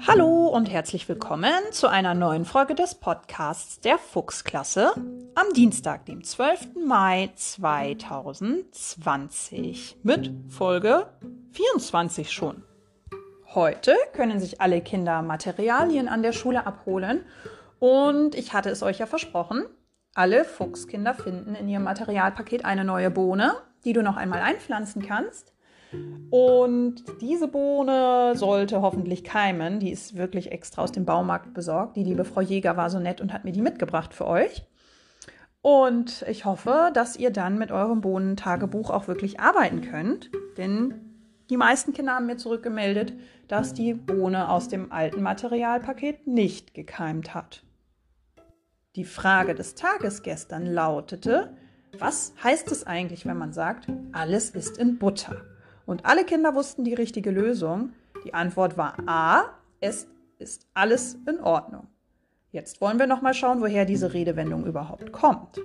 Hallo und herzlich willkommen zu einer neuen Folge des Podcasts der Fuchsklasse am Dienstag, dem 12. Mai 2020 mit Folge 24 schon. Heute können sich alle Kinder Materialien an der Schule abholen und ich hatte es euch ja versprochen, alle Fuchskinder finden in ihrem Materialpaket eine neue Bohne, die du noch einmal einpflanzen kannst. Und diese Bohne sollte hoffentlich keimen. Die ist wirklich extra aus dem Baumarkt besorgt. Die liebe Frau Jäger war so nett und hat mir die mitgebracht für euch. Und ich hoffe, dass ihr dann mit eurem Bohnentagebuch auch wirklich arbeiten könnt. Denn die meisten Kinder haben mir zurückgemeldet, dass die Bohne aus dem alten Materialpaket nicht gekeimt hat. Die Frage des Tages gestern lautete: Was heißt es eigentlich, wenn man sagt, alles ist in Butter? Und alle Kinder wussten die richtige Lösung. Die Antwort war A, es ist alles in Ordnung. Jetzt wollen wir noch mal schauen, woher diese Redewendung überhaupt kommt.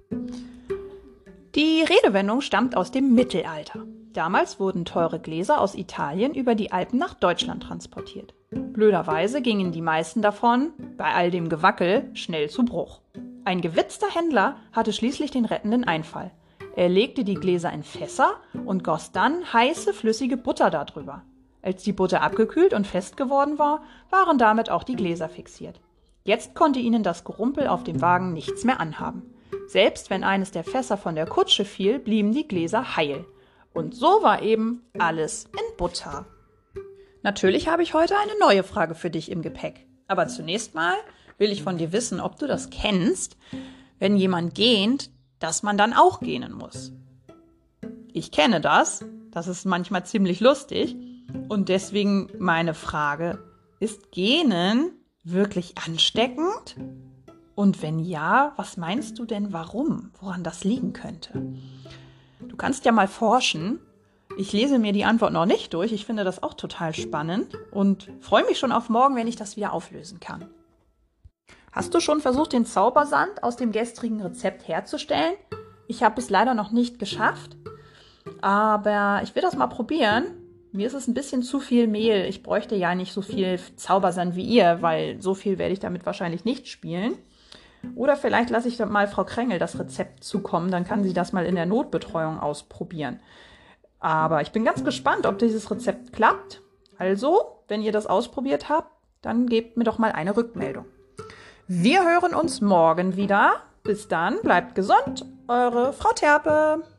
Die Redewendung stammt aus dem Mittelalter. Damals wurden teure Gläser aus Italien über die Alpen nach Deutschland transportiert. Blöderweise gingen die meisten davon, bei all dem Gewackel, schnell zu Bruch. Ein gewitzter Händler hatte schließlich den rettenden Einfall. Er legte die Gläser in Fässer und goss dann heiße, flüssige Butter darüber. Als die Butter abgekühlt und fest geworden war, waren damit auch die Gläser fixiert. Jetzt konnte ihnen das Gerumpel auf dem Wagen nichts mehr anhaben. Selbst wenn eines der Fässer von der Kutsche fiel, blieben die Gläser heil. Und so war eben alles in Butter. Natürlich habe ich heute eine neue Frage für dich im Gepäck. Aber zunächst mal will ich von dir wissen, ob du das kennst, wenn jemand gähnt, dass man dann auch gähnen muss. Ich kenne das. Das ist manchmal ziemlich lustig. Und deswegen meine Frage: Ist Gähnen wirklich ansteckend? Und wenn ja, was meinst du denn warum? Woran das liegen könnte? Du kannst ja mal forschen. Ich lese mir die Antwort noch nicht durch. Ich finde das auch total spannend und freue mich schon auf morgen, wenn ich das wieder auflösen kann. Hast du schon versucht, den Zaubersand aus dem gestrigen Rezept herzustellen? Ich habe es leider noch nicht geschafft, aber ich will das mal probieren. Mir ist es ein bisschen zu viel Mehl. Ich bräuchte ja nicht so viel Zaubersand wie ihr, weil so viel werde ich damit wahrscheinlich nicht spielen. Oder vielleicht lasse ich mal Frau Krängel das Rezept zukommen, dann kann sie das mal in der Notbetreuung ausprobieren. Aber ich bin ganz gespannt, ob dieses Rezept klappt. Also, wenn ihr das ausprobiert habt, dann gebt mir doch mal eine Rückmeldung. Wir hören uns morgen wieder. Bis dann, bleibt gesund, eure Frau Terpe.